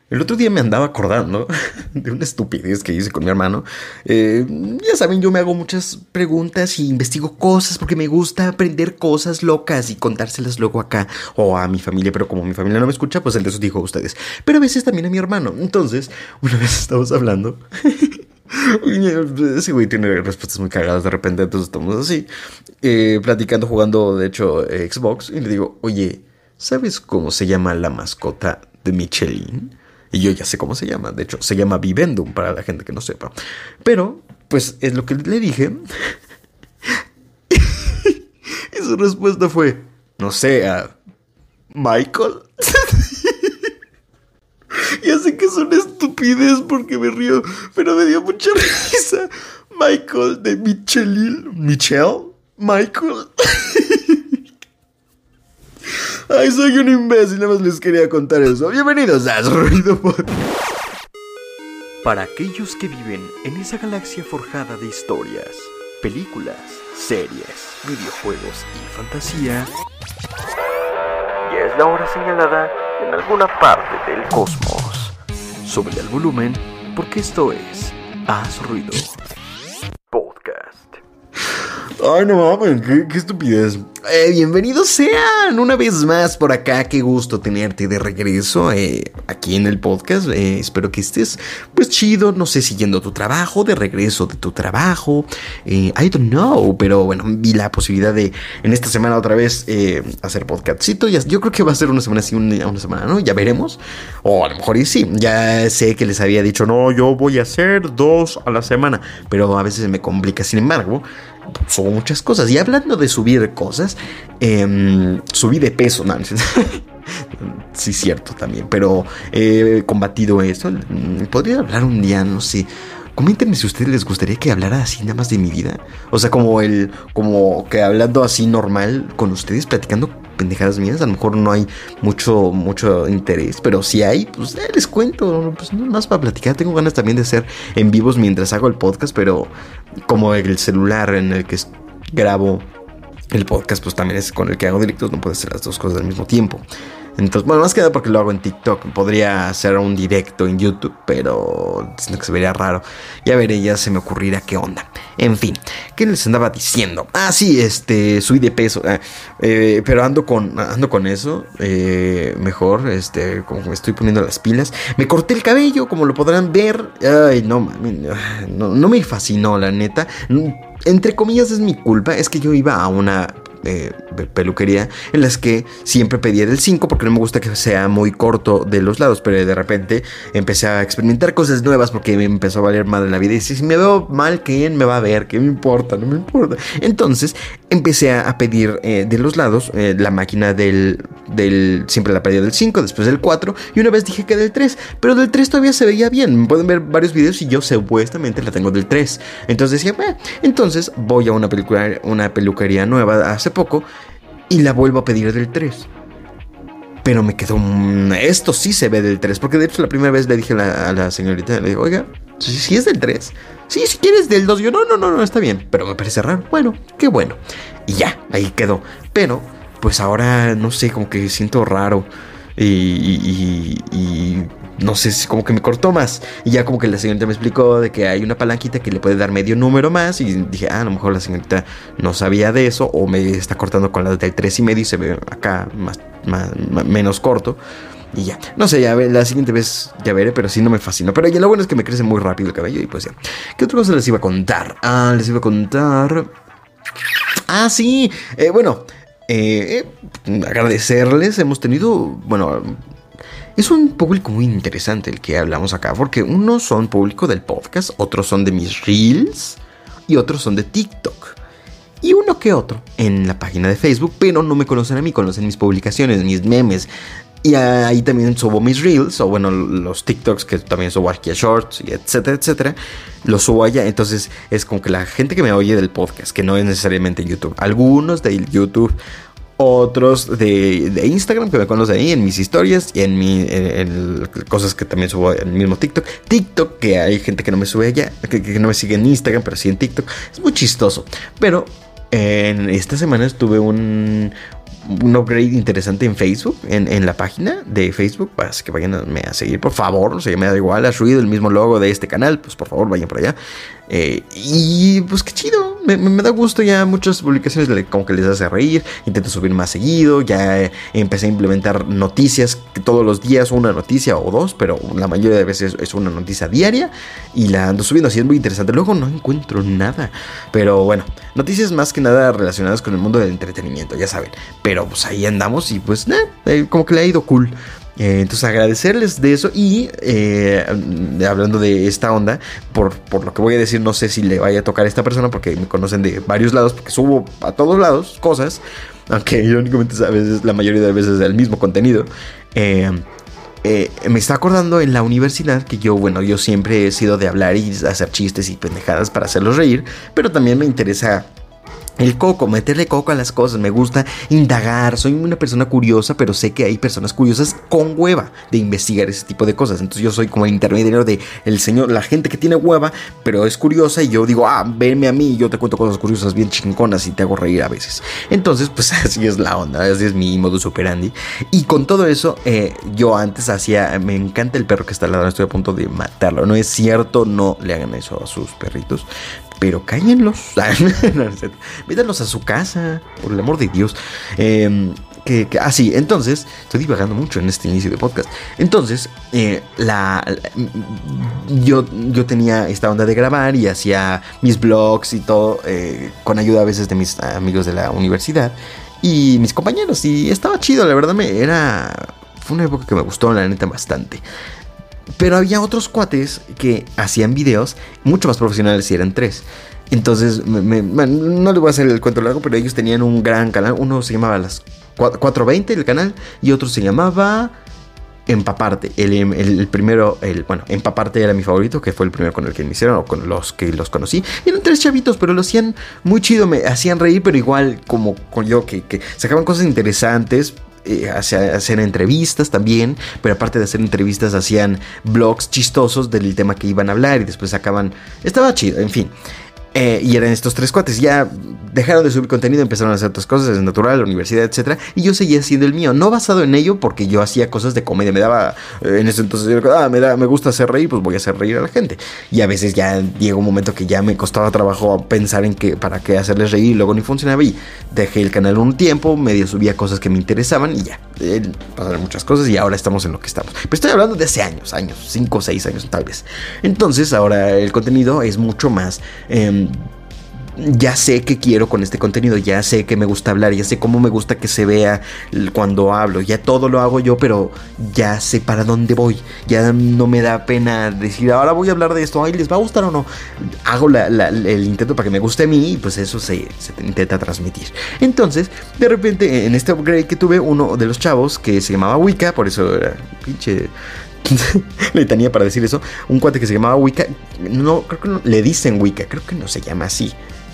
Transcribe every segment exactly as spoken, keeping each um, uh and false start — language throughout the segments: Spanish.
El otro día me andaba acordando de una estupidez que hice con mi hermano. Eh, ya saben, yo me hago muchas preguntas y investigo cosas porque me gusta aprender cosas locas y contárselas luego acá o a mi familia, pero como mi familia no me escucha, pues él de eso dijo a ustedes. Pero a veces también a mi hermano. Entonces, una vez estamos hablando. Ese güey tiene respuestas muy cagadas de repente, entonces estamos así, eh, platicando, jugando, de hecho, eh, Xbox, y le digo, oye, ¿sabes cómo se llama la mascota de Michelin? Y yo ya sé cómo se llama, de hecho, se llama Vivendum, para la gente que no sepa. Pero, pues, es lo que le dije. Y su respuesta fue, no sé, a Michael. Ya sé que es una estupidez porque me río, pero me dio mucha risa. Michael de Michelin. Michelle. Michael. Ay, soy un imbécil, nada más les quería contar eso. Bienvenidos a Ruido Podcast. Para aquellos que viven en esa galaxia forjada de historias, películas, series, videojuegos y fantasía, ya es la hora señalada en alguna parte del cosmos. Súbele al volumen, porque esto es Haz Ruido Podcast. Ay, no mames, qué, qué estupidez. Eh, bienvenidos sean una vez más por acá. Qué gusto tenerte de regreso eh, aquí en el podcast. Eh, espero que estés pues chido, no sé, siguiendo tu trabajo, de regreso de tu trabajo. Eh, I don't know, pero bueno, vi la posibilidad de en esta semana otra vez eh, hacer podcastcito. Ya, yo creo que va a ser una semana así, una, una semana, ¿no? Ya veremos. O a lo mejor y sí. Ya sé que les había dicho, no, yo voy a hacer dos a la semana, pero a veces se me complica. Sin embargo, subo muchas cosas. Y hablando de subir cosas, eh, subí de peso, no, sí, cierto también, pero he combatido eso. Podría hablar un día, no sé. Coméntenme si a ustedes les gustaría que hablara así nada más de mi vida. O sea, como el, como que hablando así normal con ustedes, platicando pendejadas mías. A lo mejor no hay mucho, mucho interés, pero si hay, pues eh, les cuento. Pues no más para platicar. Tengo ganas también de hacer en vivos mientras hago el podcast, pero como el celular en el que grabo el podcast, pues también es con el que hago directos. No puedo hacer las dos cosas al mismo tiempo. Entonces, bueno, más que nada porque lo hago en TikTok. Podría hacer un directo en YouTube, pero siento que se vería raro. Ya veré, ya se me ocurrirá qué onda. En fin, ¿qué les andaba diciendo? Ah, sí, este, subí de peso. Eh, eh, pero ando con, ando con eso. Eh, mejor, este, como que me estoy poniendo las pilas. Me corté el cabello, como lo podrán ver. Ay, no, mami, no, no me fascinó, la neta. Entre comillas, es mi culpa. Es que yo iba a una Eh, peluquería en las que siempre pedía del cinco porque no me gusta que sea muy corto de los lados, pero de repente empecé a experimentar cosas nuevas porque me empezó a valer madre la vida y si me veo mal, ¿quién me va a ver? ¿Qué me importa? No me importa. Entonces empecé a pedir eh, de los lados eh, la máquina del, del siempre la pedía del cinco, después del cuatro y una vez dije que del tres, pero del tres todavía se veía bien. Pueden ver varios videos y yo supuestamente la tengo del tres. Entonces decía, eh, entonces voy a una, peluquería, una peluquería nueva hace poco y la vuelvo a pedir del tres. Pero me quedó, esto sí se ve del tres, porque de hecho la primera vez le dije a la, a la señorita, le digo, oiga, si ¿sí, sí es del tres? Sí, si quieres del dos. Yo, no, no, no, no, está bien, pero me parece raro. Bueno, qué bueno. Y ya, ahí quedó. Pero, pues ahora, no sé, como que siento raro. Y, y, y, y no sé, como que me cortó más. Y ya como que la señorita me explicó de que hay una palanquita que le puede dar medio número más. Y dije, ah, a lo mejor la señorita no sabía de eso, o me está cortando con la del tres y medio y se ve acá más, más, más menos corto. Y ya, no sé, ya la siguiente vez ya veré, pero sí no me fascinó. Pero ya lo bueno es que me crece muy rápido el cabello. Y pues ya, ¿qué otra cosa les iba a contar? Ah, les iba a contar. Ah, sí, eh, bueno, eh, eh, agradecerles. Hemos tenido, bueno, es un público muy interesante el que hablamos acá, porque unos son público del podcast, otros son de mis reels y otros son de TikTok. Y uno que otro en la página de Facebook, pero no me conocen a mí, conocen mis publicaciones, mis memes. Y ahí también subo mis reels, o bueno, los TikToks, que también subo aquí a Shorts, y etcétera, etcétera. Los subo allá, entonces es como que la gente que me oye del podcast, que no es necesariamente en YouTube. Algunos de YouTube, otros de, de Instagram, que me conocen ahí en mis historias y en mi en, en cosas que también subo en el mismo TikTok. TikTok, que hay gente que no me sube allá, que, que no me sigue en Instagram, pero sí en TikTok. Es muy chistoso. Pero en esta semana tuve un... un upgrade interesante en Facebook, en, en la página de Facebook, para que vayan a, a seguir, por favor. O sea, me da igual, has ruido el mismo logo de este canal, pues por favor vayan por allá. Eh, y pues qué chido, me, me da gusto. Ya muchas publicaciones le, como que les hace reír. Intento subir más seguido. Ya eh, empecé a implementar noticias que todos los días, una noticia o dos, pero la mayoría de veces es una noticia diaria y la ando subiendo, así es muy interesante. Luego no encuentro nada, pero bueno, noticias más que nada relacionadas con el mundo del entretenimiento, ya saben. Pero pues ahí andamos y pues nah, eh, como que le ha ido cool. Eh, entonces agradecerles de eso. Y eh, hablando de esta onda, por, por lo que voy a decir, no sé si le vaya a tocar a esta persona, porque me conocen de varios lados, porque subo a todos lados cosas, aunque irónicamente a veces, la mayoría de veces es el mismo contenido. eh, eh, Me está acordando en la universidad que yo, bueno, yo siempre he sido de hablar y hacer chistes y pendejadas para hacerlos reír, pero también me interesa el coco, meterle coco a las cosas. Me gusta indagar, soy una persona curiosa, pero sé que hay personas curiosas con hueva de investigar ese tipo de cosas. Entonces yo soy como el intermediario de el señor, la gente que tiene hueva, pero es curiosa, y yo digo, ah, venme a mí y yo te cuento cosas curiosas bien chingonas y te hago reír a veces. Entonces pues así es la onda, así es mi modus operandi. Y con todo eso, eh, yo antes hacía, me encanta el perro que está al lado, estoy a punto de matarlo. No es cierto, no le hagan eso a sus perritos, pero cállenlos. Métanlos a su casa, por el amor de Dios. Eh, que, que, ah, sí, entonces, estoy divagando mucho en este inicio de podcast. Entonces, eh, la, la yo, yo tenía esta onda de grabar y hacía mis vlogs y todo, eh, con ayuda a veces de mis amigos de la universidad y mis compañeros. Y estaba chido, la verdad, me era... Fue una época que me gustó, la neta, bastante. Pero había otros cuates que hacían videos mucho más profesionales y eran tres. Entonces, me, me, no les voy a hacer el cuento largo, pero ellos tenían un gran canal. Uno se llamaba las cuatro veinte, el canal, y otro se llamaba Empaparte. El, el, el primero, el, bueno, Empaparte era mi favorito, que fue el primero con el que me hicieron, o con los que los conocí. Y eran tres chavitos, pero lo hacían muy chido, me hacían reír, pero igual como con yo, que, que sacaban cosas interesantes. Eh, hacían entrevistas también, pero aparte de hacer entrevistas hacían vlogs chistosos del tema que iban a hablar y después sacaban, estaba chido, en fin. Eh, y eran estos tres cuates. Ya dejaron de subir contenido, empezaron a hacer otras cosas, es natural, la universidad, etcétera. Y yo seguía haciendo el mío, no basado en ello, porque yo hacía cosas de comedia. Me daba, eh, en ese entonces, yo, ah, me, da, me gusta hacer reír, pues voy a hacer reír a la gente. Y a veces ya llegó un momento que ya me costaba trabajo pensar en que, para qué hacerles reír, y luego ni funcionaba. Y dejé el canal un tiempo, medio subía cosas que me interesaban y ya. Eh, pasaron muchas cosas y ahora estamos en lo que estamos. Pero estoy hablando de hace años, años, cinco o seis años tal vez. Entonces ahora el contenido es mucho más... Eh, ya sé qué quiero con este contenido, ya sé que me gusta hablar, ya sé cómo me gusta que se vea cuando hablo, ya todo lo hago yo, pero ya sé para dónde voy, ya no me da pena decir, ahora voy a hablar de esto, ay, ¿les va a gustar o no? Hago la, la, el intento para que me guste a mí y pues eso se, se intenta transmitir. Entonces, de repente, en este upgrade que tuve, uno de los chavos que se llamaba Wicca, por eso era pinche... letanía para decir eso, un cuate que se llamaba Wicca, no, creo que no, le dicen Wicca, creo que no se llama así.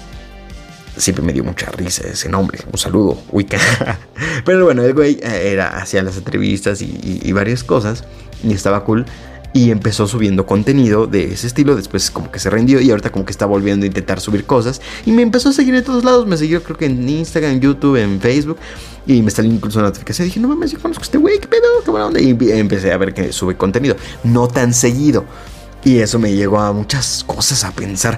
Siempre me dio mucha risa ese nombre. Un saludo, Wicca. Pero bueno, el güey era, hacía las entrevistas y, y, y varias cosas. Y estaba cool. Y empezó subiendo contenido de ese estilo. Después como que se rindió y ahorita como que está volviendo a intentar subir cosas. Y me empezó a seguir en todos lados. Me siguió creo que en Instagram, YouTube, en Facebook. Y me salió incluso una notificación. Dije, no mames, yo conozco a este güey, qué pedo, qué buena onda. Y empecé a ver que sube contenido. No tan seguido. Y eso me llegó a muchas cosas a pensar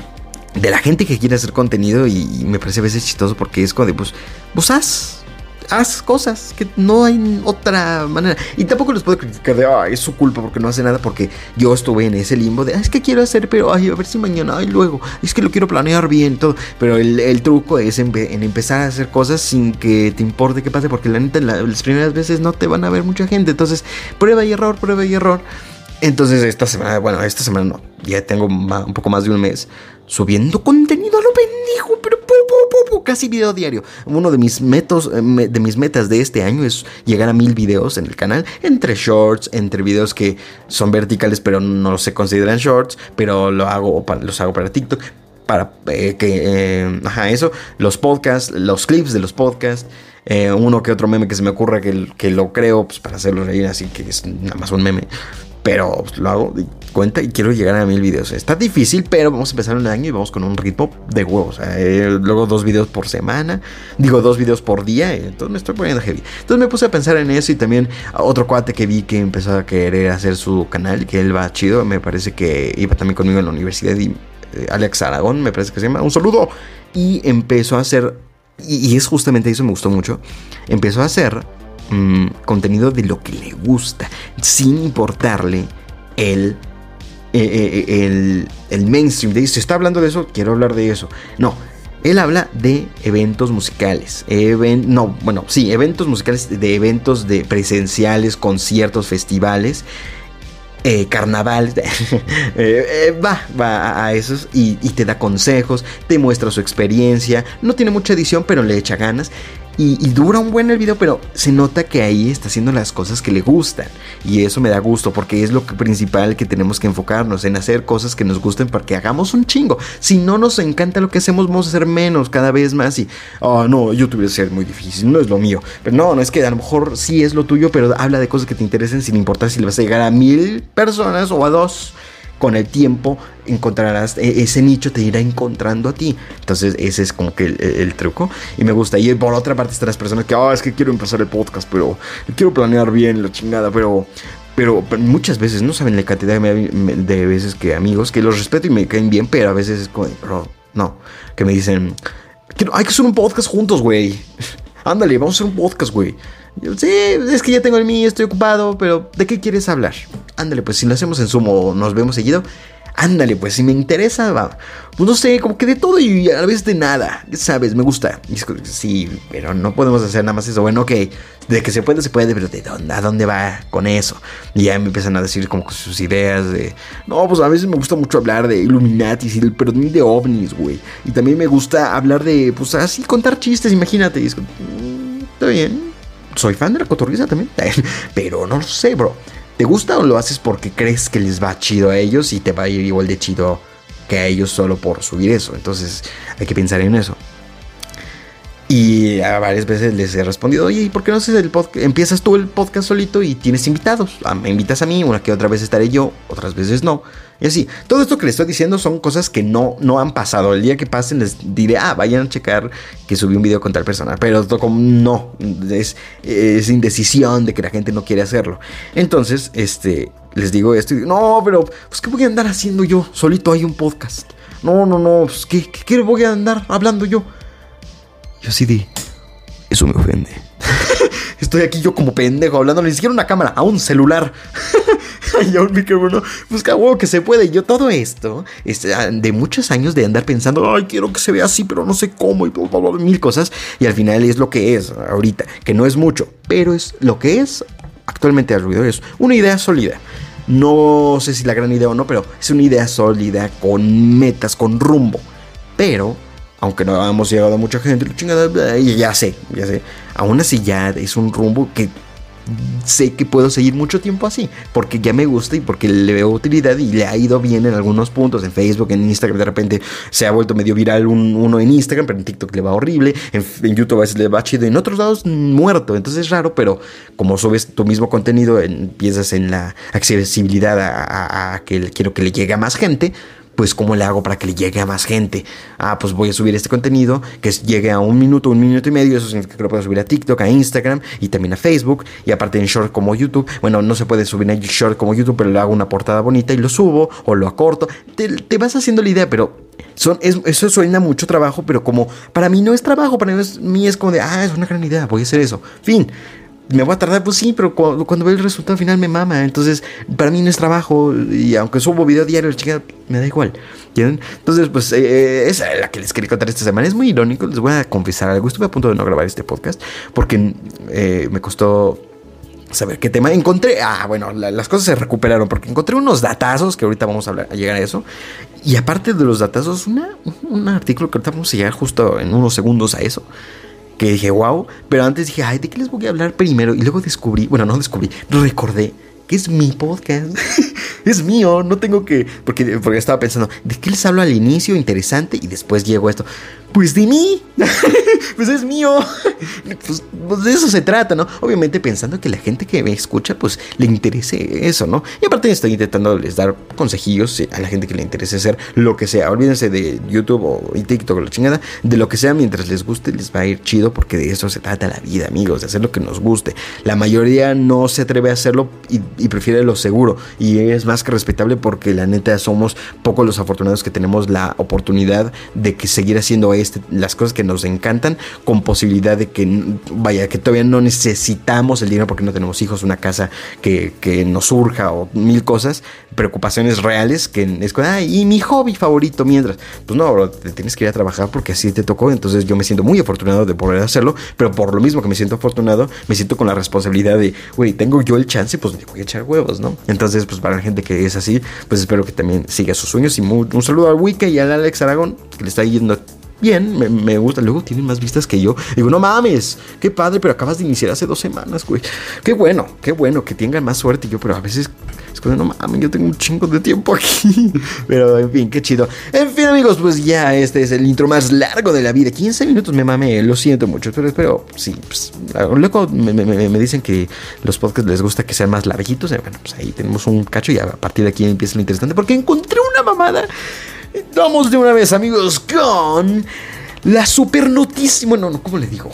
de la gente que quiere hacer contenido. Y, y me parece a veces chistoso porque es como de, pues, pues haz, haz cosas, que no hay otra manera. Y tampoco les puedo criticar de, ah, es su culpa porque no hace nada, porque yo estuve en ese limbo de, ah, es que quiero hacer, pero ay, a ver si mañana, ay, luego, es que lo quiero planear bien, todo. Pero el, el truco es en, en empezar a hacer cosas sin que te importe qué pase, porque la neta, la, las primeras veces no te van a ver mucha gente. Entonces, prueba y error, prueba y error. Entonces esta semana, bueno, esta semana no, ya tengo más, un poco más de un mes subiendo contenido a lo pendejo, pero po, po, po, casi video diario. Uno de mis metos, de mis metas de este año es llegar a mil videos en el canal, entre shorts, entre videos que son verticales pero no se consideran shorts, pero lo hago, los hago para TikTok, para eh, que, eh, ajá, eso, los podcasts, los clips de los podcasts. Eh, uno que otro meme que se me ocurra que, que lo creo pues, para hacerlo reír, así que es nada más un meme. Pero pues, lo hago. cuenta y quiero llegar a mil videos. Está difícil, pero vamos a empezar un año y vamos con un ritmo de huevos. Eh, luego dos videos por semana, digo dos videos por día, eh, entonces me estoy poniendo heavy. Entonces me puse a pensar en eso y también otro cuate que vi que empezó a querer hacer su canal, que él va chido, me parece que iba también conmigo en la universidad y eh, Alex Aragón, me parece que se llama, un saludo. Y empezó a hacer, y, y es justamente eso, me gustó mucho, empezó a hacer mmm, contenido de lo que le gusta, sin importarle el... Eh, eh, el, el mainstream. De, si está hablando de eso, quiero hablar de eso. No, él habla de eventos musicales. Even, no, bueno, sí, eventos musicales, de eventos de presenciales, conciertos, festivales, eh, carnaval. eh, eh, va, va a esos y, y te da consejos, te muestra su experiencia. No tiene mucha edición, pero le echa ganas. Y, y dura un buen el video, pero se nota que ahí está haciendo las cosas que le gustan. Y eso me da gusto, porque es lo que principal que tenemos que enfocarnos, en hacer cosas que nos gusten para que hagamos un chingo. Si no nos encanta lo que hacemos, vamos a hacer menos cada vez más. Y, oh no, YouTube debe ser muy difícil, no es lo mío. Pero no, no es que a lo mejor sí es lo tuyo, pero habla de cosas que te interesen sin importar si le vas a llegar a mil personas o a dos. Con el tiempo encontrarás, ese nicho te irá encontrando a ti. Entonces ese es como que el, el, el truco. Y me gusta. Y por otra parte están las personas que, oh, es que quiero empezar el podcast, pero quiero planear bien la chingada, pero... Pero, pero muchas veces no saben la cantidad de, de veces que amigos que los respeto y me caen bien, pero a veces es como, bro, no, que me dicen, hay que hacer un podcast juntos, güey. Ándale, vamos a hacer un podcast, güey. Yo, sí, es que ya tengo el mío, estoy ocupado, pero ¿de qué quieres hablar? Ándale, pues si lo hacemos en Zoom o nos vemos seguido, ándale, pues si me interesa, va. Pues no sé, como que de todo y a la vez de nada, ¿sabes? Me gusta. Y es, sí, pero no podemos hacer nada más eso. Bueno, ok, de que se puede, se puede, pero ¿de dónde, a dónde va con eso? Y ya me empiezan a decir como sus ideas de... No, pues a veces me gusta mucho hablar de Illuminati, pero ni de ovnis, güey. Y también me gusta hablar de, pues así, contar chistes, imagínate. Y es, mm, está bien. Soy fan de la cotorriza también, pero no lo sé, bro. ¿Te gusta o lo haces porque crees que les va chido a ellos y te va a ir igual de chido que a ellos solo por subir eso? Entonces hay que pensar en eso. Y a varias veces les he respondido, oye, ¿y por qué no haces el podcast? Empiezas tú el podcast solito y tienes invitados. Ah, me invitas a mí, una que otra vez estaré yo, otras veces no. Y así, todo esto que les estoy diciendo son cosas que no, no han pasado. El día que pasen les diré, ah, vayan a checar que subí un video con tal persona. Pero como no, es, es indecisión de que la gente no quiere hacerlo. Entonces, este, les digo esto y digo, no, pero, pues, ¿qué voy a andar haciendo yo? Solito hay un podcast. No, no, no, pues, ¿qué, qué, qué voy a andar hablando yo? Yo sí di, eso me ofende. Estoy aquí yo como pendejo hablando ni siquiera a una cámara, a un celular. Y a un micrófono. Pues que huevo que se puede. Y yo todo esto es de muchos años de andar pensando, ay, quiero que se vea así, pero no sé cómo. Y bla, bla, bla, mil cosas. Y al final es lo que es ahorita. Que no es mucho, pero es lo que es actualmente al ruido. Es una idea sólida. No sé si la gran idea o no, pero es una idea sólida, con metas, con rumbo. Pero... aunque no hemos llegado a mucha gente, chingada, ya sé, ya sé. Aún así ya es un rumbo que sé que puedo seguir mucho tiempo así, porque ya me gusta y porque le veo utilidad y le ha ido bien en algunos puntos. En Facebook, en Instagram, de repente se ha vuelto medio viral un, uno en Instagram, pero en TikTok le va horrible. En, en YouTube a veces le va chido y en otros lados muerto. Entonces es raro, pero como subes tu mismo contenido, empiezas en la accesibilidad a, a, a que quiero que le llegue a más gente. Pues ¿cómo le hago para que le llegue a más gente? Ah, pues voy a subir este contenido que llegue a un minuto, un minuto y medio. Eso significa que lo puedo subir a TikTok, a Instagram y también a Facebook. Y aparte en Short como YouTube. Bueno, no se puede subir en Short como YouTube, pero le hago una portada bonita y lo subo o lo acorto. Te, te vas haciendo la idea, pero son, es, eso suena mucho trabajo, pero como para mí no es trabajo, para mí es, mí es como de, ah, es una gran idea, voy a hacer eso. Fin. Me voy a tardar, pues sí, pero cuando, cuando veo el resultado final me mama. Entonces, para mí no es trabajo. Y aunque subo video diario, chica, me da igual. ¿Entienden? Entonces, pues, eh, esa es la que les quería contar esta semana. Es muy irónico, les voy a confesar algo. Estuve a punto de no grabar este podcast porque eh, me costó saber qué tema encontré. Ah, bueno, la, las cosas se recuperaron porque encontré unos datazos que ahorita vamos a, hablar, a llegar a eso. Y aparte de los datazos, una, un artículo que ahorita vamos a llegar justo en unos segundos a eso. Que dije, wow, pero antes dije, ay, ¿de qué les voy a hablar primero? Y luego descubrí, bueno, no descubrí, recordé que es mi podcast. Es mío, no tengo que... Porque, porque estaba pensando, ¿de qué les hablo al inicio? Interesante, y después llego a esto. Pues de mí. Pues es mío. Pues, pues de eso se trata, ¿no? Obviamente pensando que la gente que me escucha, pues le interese eso, ¿no? Y aparte estoy intentando les dar consejillos a la gente que le interese hacer lo que sea. Olvídense de YouTube o TikTok o la chingada. De lo que sea, mientras les guste, les va a ir chido, porque de eso se trata la vida, amigos. De hacer lo que nos guste. La mayoría no se atreve a hacerlo y, y prefiere lo seguro. Y es más que respetable, porque la neta somos pocos los afortunados que tenemos la oportunidad de que seguir haciendo este, las cosas que nos encantan, con posibilidad de que, vaya, que todavía no necesitamos el dinero porque no tenemos hijos, una casa que, que nos surja o mil cosas, preocupaciones reales que es con, ay, y mi hobby favorito mientras, pues no, bro, te tienes que ir a trabajar porque así te tocó. Entonces yo me siento muy afortunado de poder hacerlo, pero por lo mismo que me siento afortunado, me siento con la responsabilidad de, güey, tengo yo el chance, pues le voy a echar huevos, ¿no? Entonces, pues para la gente que es así, pues espero que también siga sus sueños. Y muy, un saludo al Wiki y al Alex Aragón, que le está yendo bien, me, me gusta. Luego tienen más vistas que yo. Digo, no mames, qué padre, pero acabas de iniciar hace dos semanas, güey. Qué bueno, qué bueno que tengan más suerte yo, pero a veces es como, no mames, yo tengo un chingo de tiempo aquí. Pero en fin, qué chido. En fin, amigos, pues ya este es el intro más largo de la vida. quince minutos me mamé, lo siento mucho, pero espero, sí, pues, luego me, me, me dicen que los podcasts les gusta que sean más larguitos. Bueno, pues ahí tenemos un cacho y a partir de aquí empieza lo interesante, porque encontré una mamada. Vamos de una vez, amigos, con la super noticia. Bueno, no, ¿cómo le digo?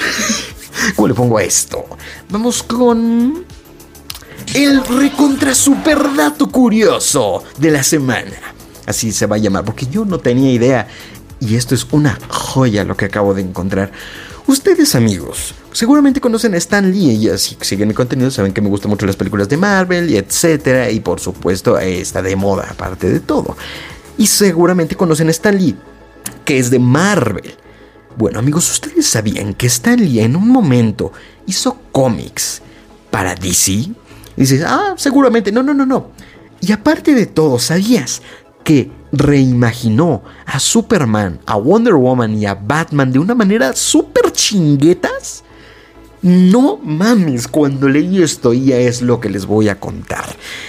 ¿Cómo le pongo a esto? Vamos con el recontra super dato curioso de la semana. Así se va a llamar, porque yo no tenía idea. Y esto es una joya lo que acabo de encontrar. Ustedes, amigos, seguramente conocen a Stan Lee, y así que siguen mi contenido, saben que me gustan mucho las películas de Marvel y etcétera. Y por supuesto está de moda, aparte de todo. Y seguramente conocen a Stan Lee, que es de Marvel. Bueno, amigos, ¿ustedes sabían que Stan Lee en un momento hizo cómics para D C? Y dices, ah, seguramente. No, no, no, no. Y aparte de todo, ¿sabías que reimaginó a Superman, a Wonder Woman y a Batman de una manera súper chinguetas? No mames, cuando leí esto ya es lo que les voy a contar.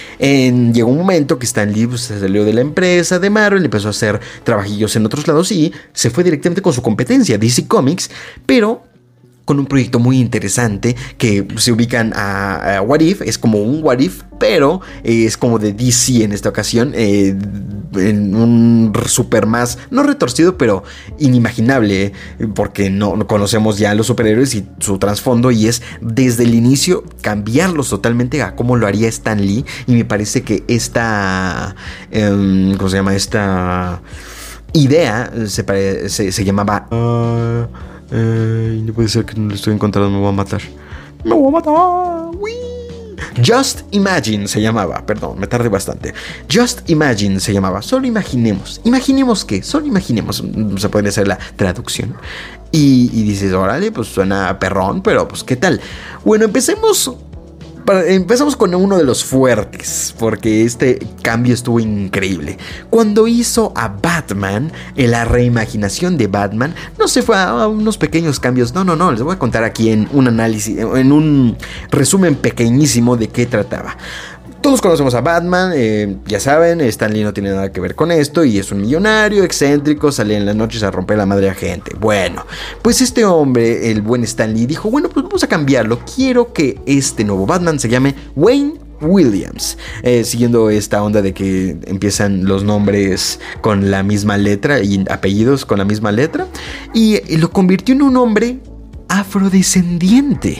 En, llegó un momento que Stan Lee pues, se salió de la empresa de Marvel, empezó a hacer trabajillos en otros lados y se fue directamente con su competencia, D C Comics, pero con un proyecto muy interesante que se ubican a, a What If. Es como un What If, pero es como de D C en esta ocasión, eh, en un super más, no retorcido, pero inimaginable, eh, porque no, no conocemos ya a los superhéroes y su trasfondo, y es desde el inicio cambiarlos totalmente a cómo lo haría Stan Lee. Y me parece que esta, eh, ¿cómo se llama? Esta idea se, pare, se, se llamaba... Uh, Eh, no puede ser que no lo estoy encontrando, me voy a matar. Me voy a matar. ¡Wii! Just Imagine se llamaba, perdón, me tardé bastante. Just Imagine se llamaba, solo imaginemos. ¿Imaginemos qué? Solo imaginemos, se puede hacer la traducción. Y, y dices, órale, pues suena perrón, pero pues ¿qué tal? Bueno, empecemos... Empezamos con uno de los fuertes, porque este cambio estuvo increíble. Cuando hizo a Batman, en la reimaginación de Batman, no se fue a unos pequeños cambios. No, no, no, les voy a contar aquí en un análisis, en un resumen pequeñísimo de qué trataba. Todos conocemos a Batman, eh, ya saben, Stan Lee no tiene nada que ver con esto y es un millonario excéntrico, sale en las noches a romper la madre a gente. Bueno, pues este hombre, el buen Stan Lee, dijo, bueno, pues vamos a cambiarlo. Quiero que este nuevo Batman se llame Wayne Williams, eh, siguiendo esta onda de que empiezan los nombres con la misma letra y apellidos con la misma letra, y, y lo convirtió en un hombre afrodescendiente,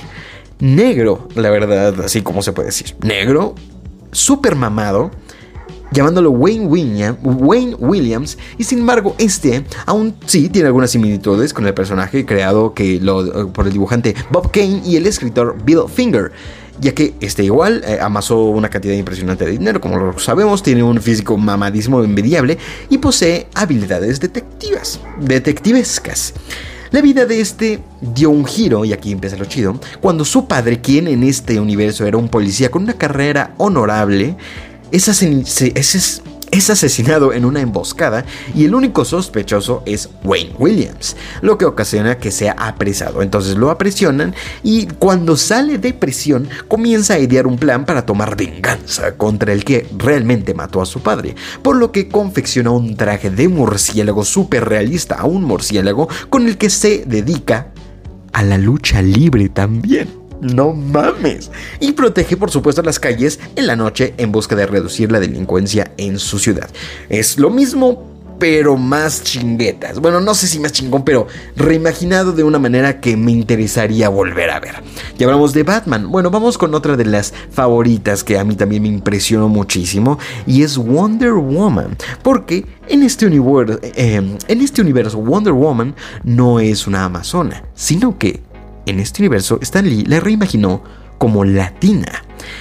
negro, la verdad, así como se puede decir, negro, super mamado, llamándolo Wayne Williams, Wayne Williams, y sin embargo este aún sí tiene algunas similitudes con el personaje creado que lo, por el dibujante Bob Kane y el escritor Bill Finger, ya que este igual eh, amasó una cantidad impresionante de dinero, como lo sabemos, tiene un físico mamadísimo envidiable y posee habilidades detectivas, detectivescas. La vida de este dio un giro, y aquí empieza lo chido, cuando su padre, quien en este universo era un policía con una carrera honorable, es, asen- se- es, es, es asesinado en una emboscada y el único sospechoso es Wayne Williams, lo que ocasiona que sea apresado. Entonces lo apresionan y cuando sale de prisión comienza a idear un plan para tomar venganza contra el que realmente mató a su padre, por lo que confecciona un traje de murciélago súper realista a un murciélago con el que se dedica a la lucha libre también. No mames. Y protege por supuesto las calles en la noche en busca de reducir la delincuencia en su ciudad. Es lo mismo pero más chinguetas. Bueno, no sé si más chingón, pero reimaginado de una manera que me interesaría volver a ver. Ya hablamos de Batman. Bueno, vamos con otra de las favoritas que a mí también me impresionó muchísimo y es Wonder Woman, porque en este universo, eh, en este universo Wonder Woman no es una amazona, sino que en este universo Stan Lee la reimaginó como latina.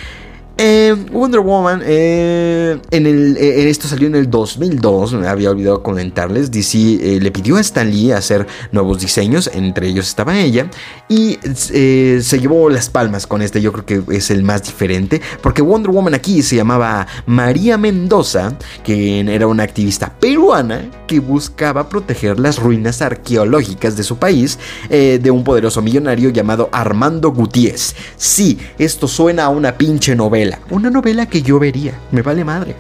Eh, Wonder Woman, eh, en, el, eh, en esto salió en el dos mil dos, me había olvidado comentarles. D C eh, le pidió a Stan Lee hacer nuevos diseños, entre ellos estaba ella, y eh, se llevó las palmas con este. Yo creo que es el más diferente, porque Wonder Woman aquí se llamaba María Mendoza, que era una activista peruana que buscaba proteger las ruinas arqueológicas de su país eh, de un poderoso millonario llamado Armando Gutiérrez. Sí, esto suena a una pinche novela. Una novela que yo vería, me vale madre.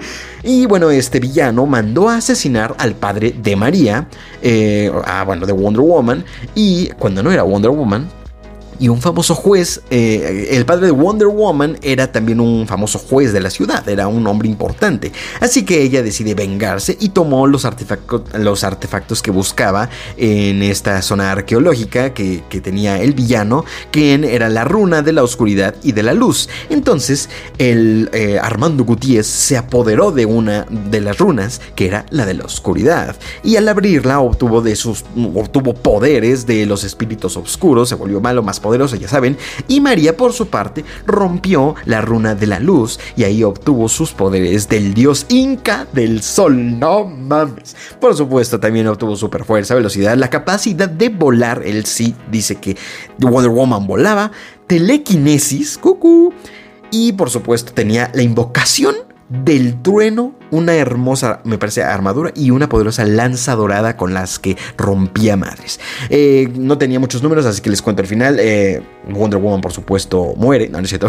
Y bueno, este villano mandó a asesinar al padre de María, eh, ah, bueno, de Wonder Woman, y cuando no era Wonder Woman, y un famoso juez, eh, el padre de Wonder Woman era también un famoso juez de la ciudad, era un hombre importante. Así que ella decide vengarse y tomó los artefactos, los artefactos que buscaba en esta zona arqueológica que, que tenía el villano, quien era la runa de la oscuridad y de la luz. Entonces el eh, Armando Gutiérrez se apoderó de una de las runas, que era la de la oscuridad, y al abrirla obtuvo, de sus, obtuvo poderes de los espíritus oscuros, se volvió malo, más poderoso, ya saben, y María por su parte rompió la runa de la luz y ahí obtuvo sus poderes del dios inca del sol. No mames. Por supuesto también obtuvo super fuerza, velocidad, la capacidad de volar. Él sí dice que Wonder Woman volaba, telequinesis, cucú, y por supuesto tenía la invocación del trueno, una hermosa, me parece, armadura y una poderosa lanza dorada con las que rompía madres. Eh, no tenía muchos números, así que les cuento al final. Eh, Wonder Woman, por supuesto, muere, no, no es cierto.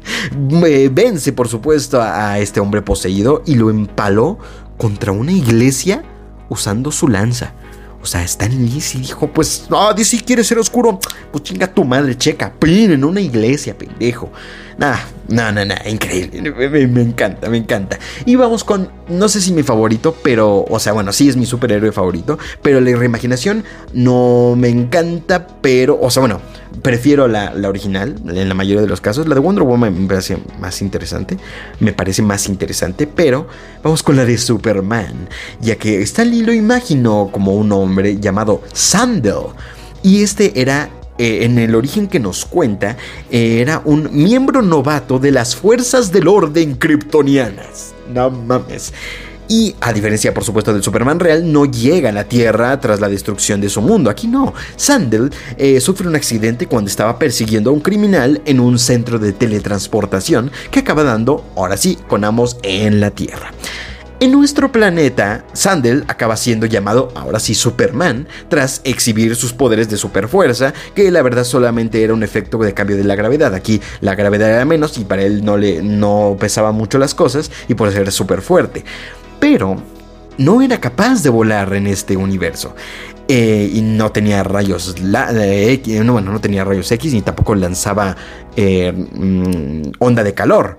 Vence, por supuesto, a, a este hombre poseído y lo empaló contra una iglesia usando su lanza. O sea, Stan Lee sí dijo, pues, no, oh, D C quiere ser oscuro, pues chinga tu madre, checa, ¡pin! En una iglesia, pendejo. Nah, no, no, no, increíble, me, me encanta, me encanta. Y vamos con, no sé si mi favorito, pero, o sea, bueno, sí es mi superhéroe favorito, pero la reimaginación no me encanta, pero, o sea, bueno, prefiero la, la original, en la mayoría de los casos. La de Wonder Woman me parece más interesante, me parece más interesante, pero vamos con la de Superman, ya que Stan Lee lo imaginó como un hombre llamado Sandel, y este era... Eh, en el origen que nos cuenta, eh, era un miembro novato de las fuerzas del orden kryptonianas. No mames. Y a diferencia, por supuesto, del Superman real, no llega a la Tierra tras la destrucción de su mundo. Aquí no. Sandel eh, sufre un accidente cuando estaba persiguiendo a un criminal en un centro de teletransportación que acaba dando, ahora sí, con ambos en la Tierra. En nuestro planeta, Sandel acaba siendo llamado, ahora sí, Superman, tras exhibir sus poderes de superfuerza, que la verdad solamente era un efecto de cambio de la gravedad. Aquí la gravedad era menos y para él no, le, no pesaba mucho las cosas y por eso era súper fuerte. Pero no era capaz de volar en este universo. Eh, y no tenía rayos la, eh, no, bueno, no tenía rayos X ni tampoco lanzaba eh, mm, onda de calor.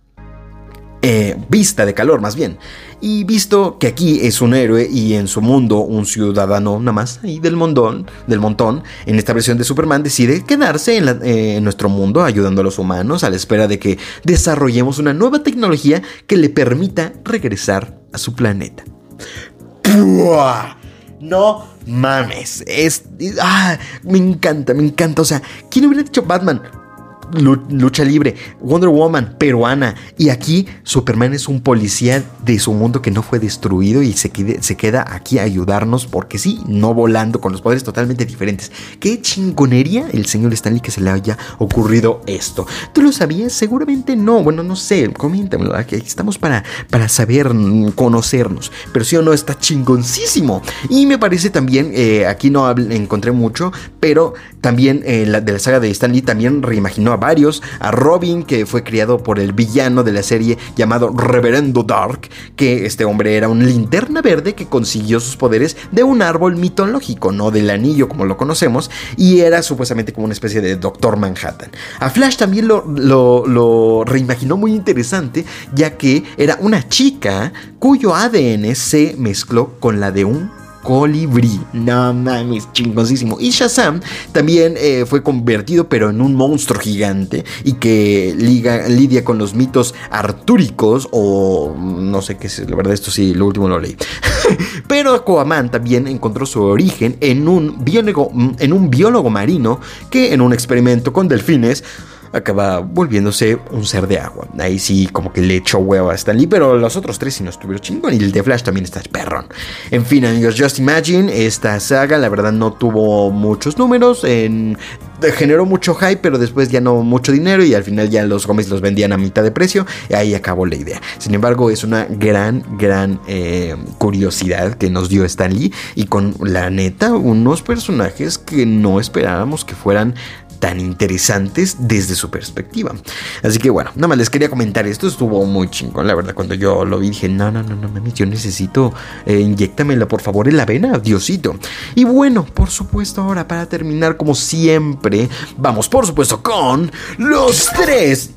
Eh, vista de calor más bien. Y visto que aquí es un héroe y en su mundo un ciudadano nada más ahí del montón, del montón, en esta versión de Superman decide quedarse en, la, eh, en nuestro mundo ayudando a los humanos a la espera de que desarrollemos una nueva tecnología que le permita regresar a su planeta. ¡Puah! No mames, es, ah, me encanta, me encanta. O sea, ¿quién hubiera dicho Batman? lucha libre, Wonder Woman, peruana. Y aquí Superman es un policía de su mundo que no fue destruido y se, quede, se queda aquí a ayudarnos porque sí, no volando, con los poderes totalmente diferentes. Qué chingonería el señor Stan Lee que se le haya ocurrido esto. ¿Tú lo sabías? Seguramente no. Bueno, no sé, coméntamelo. Aquí estamos para, para saber, conocernos. Pero sí o no, está chingoncísimo. Y me parece también, eh, aquí no encontré mucho, pero también eh, la, de la saga de Stan Lee también reimaginó a varios. A Robin, que fue criado por el villano de la serie llamado Reverendo Dark, que este hombre era un linterna verde que consiguió sus poderes de un árbol mitológico, no del anillo como lo conocemos, y era supuestamente como una especie de Doctor Manhattan. A Flash también lo, lo, lo reimaginó muy interesante, ya que era una chica cuyo A D N se mezcló con la de un colibrí. No mames, chingoncísimo. Y Shazam también eh, fue convertido, pero en un monstruo gigante y que liga, lidia con los mitos artúricos, o no sé qué es, la verdad, esto sí, lo último lo leí. Pero Aquaman también encontró su origen en un biólogo, en un biólogo marino que en un experimento con delfines acaba volviéndose un ser de agua. Ahí sí como que le echó huevo a Stan Lee, pero los otros tres sí no estuvieron chingón. Y el de Flash también está perrón. En fin, amigos, Just Imagine, esta saga la verdad no tuvo muchos números, en... generó mucho hype, pero después ya no mucho dinero y al final ya los cómics los vendían a mitad de precio y ahí acabó la idea. Sin embargo, es una gran, gran eh, curiosidad que nos dio Stan Lee y con la neta unos personajes que no esperábamos que fueran tan interesantes desde su perspectiva. Así que bueno, nada más les quería comentar esto. Estuvo muy chingón, la verdad. Cuando yo lo vi dije, no, no, no, no mames, yo necesito eh, inyéctamela por favor en la vena, Diosito. Y bueno, por supuesto, ahora para terminar, como siempre, vamos por supuesto con los tres.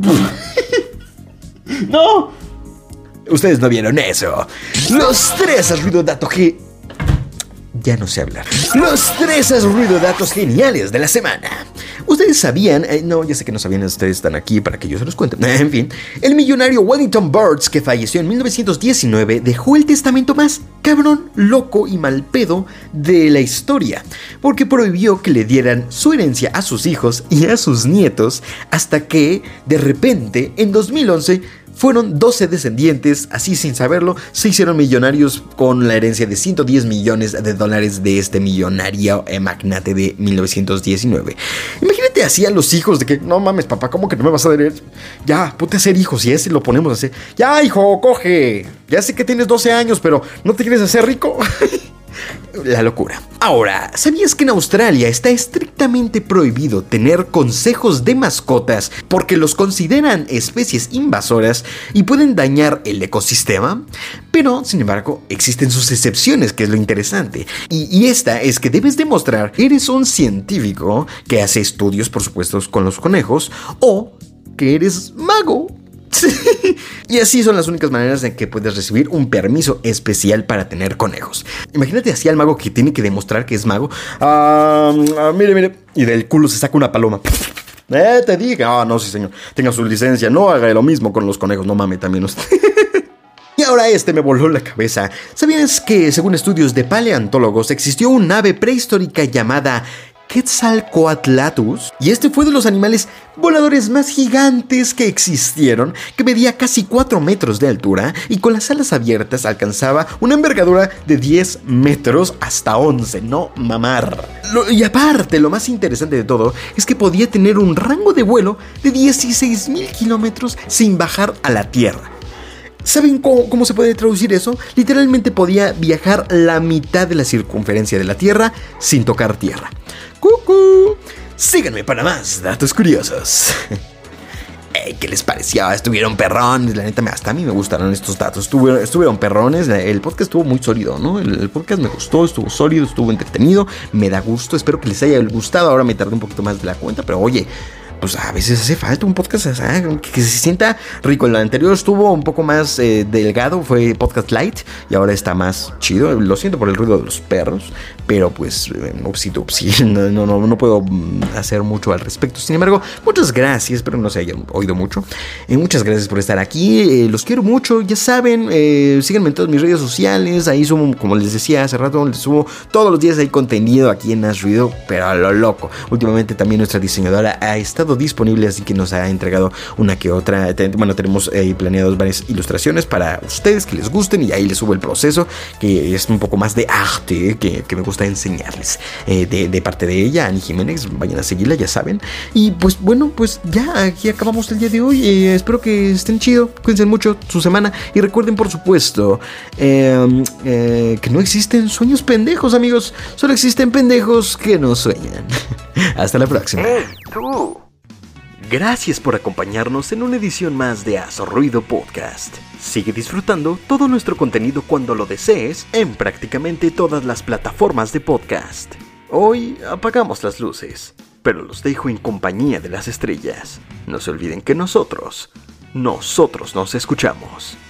¡No! Ustedes no vieron eso. Los tres ruido dato que... Ya no sé hablar. Los tres ruido datos geniales de la semana. Ustedes sabían, eh, no, ya sé que no sabían, ustedes están aquí para que yo se los cuente. En fin, el millonario Wellington Burns, que falleció en mil novecientos diecinueve, dejó el testamento más cabrón, loco y mal pedo de la historia, porque prohibió que le dieran su herencia a sus hijos y a sus nietos, hasta que, de repente, en dos mil once, fueron doce descendientes, así sin saberlo, se hicieron millonarios con la herencia de ciento diez millones de dólares de este millonario magnate de mil novecientos diecinueve. Imagínate así a los hijos de que, no mames papá, ¿cómo que no me vas a dar? Ya, ponte a hacer hijos y ese lo ponemos a hacer. Ya, hijo, coge. Ya sé que tienes doce años, pero ¿no te quieres hacer rico? La locura. Ahora, ¿sabías que en Australia está estrictamente prohibido tener consejos de mascotas porque los consideran especies invasoras y pueden dañar el ecosistema? Pero, sin embargo, existen sus excepciones, que es lo interesante. Y, y esta es que debes demostrar que eres un científico que hace estudios, por supuesto, con los conejos, o que eres mago. Y así son las únicas maneras en que puedes recibir un permiso especial para tener conejos. Imagínate así al mago que tiene que demostrar que es mago. Ah, ah, mire, mire. Y del culo se saca una paloma. Eh, te diga. Ah, no, sí, señor. Tenga su licencia. No haga lo mismo con los conejos. No mames, también usted. Y ahora este me voló la cabeza. ¿Sabías que, según estudios de paleontólogos, existió un ave prehistórica llamada Quetzalcoatlatus? Y este fue de los animales voladores más gigantes que existieron, que medía casi cuatro metros de altura y con las alas abiertas alcanzaba una envergadura de diez metros hasta once, no mamar. Lo, y aparte, lo más interesante de todo es que podía tener un rango de vuelo de dieciséis mil kilómetros sin bajar a la tierra. ¿Saben cómo, cómo se puede traducir eso? Literalmente podía viajar la mitad de la circunferencia de la Tierra sin tocar tierra. ¡Cucú! Síganme para más datos curiosos. Hey, ¿qué les pareció? Estuvieron perrones, la neta, hasta a mí me gustaron estos datos. Estuvieron, estuvieron perrones, el podcast estuvo muy sólido, ¿no? El, el podcast me gustó, estuvo sólido, estuvo entretenido, me da gusto, espero que les haya gustado. Ahora me tardé un poquito más de la cuenta, pero oye, pues a veces hace falta un podcast, o sea, que se sienta rico. El anterior estuvo un poco más eh, delgado, fue podcast light, y ahora está más chido. Lo siento por el ruido de los perros, pero pues eh, upsi dupsi, no, no, no, no puedo hacer mucho al respecto. Sin embargo, muchas gracias, espero no se hayan oído mucho. Eh, muchas gracias por estar aquí, eh, los quiero mucho, ya saben, eh, síganme en todas mis redes sociales. Ahí subo, como les decía hace rato, les subo todos los días hay contenido aquí en Haz Ruido, pero a lo loco. Últimamente también nuestra diseñadora ha estado estado disponible, así que nos ha entregado una que otra. Bueno, tenemos eh, planeados varias ilustraciones para ustedes que les gusten, y ahí les subo el proceso, que es un poco más de arte que, que me gusta enseñarles eh, de, de parte de ella, Ani Jiménez. Vayan a seguirla, ya saben. Y pues bueno, pues ya aquí acabamos el día de hoy. eh, espero que estén chido, cuídense mucho su semana, y recuerden por supuesto eh, eh, que no existen sueños pendejos, amigos, solo existen pendejos que no sueñan. Hasta la próxima. ¡Hey, tú! Gracias por acompañarnos en una edición más de Haz Ruido Podcast. Sigue disfrutando todo nuestro contenido cuando lo desees en prácticamente todas las plataformas de podcast. Hoy apagamos las luces, pero los dejo en compañía de las estrellas. No se olviden que nosotros, nosotros nos escuchamos.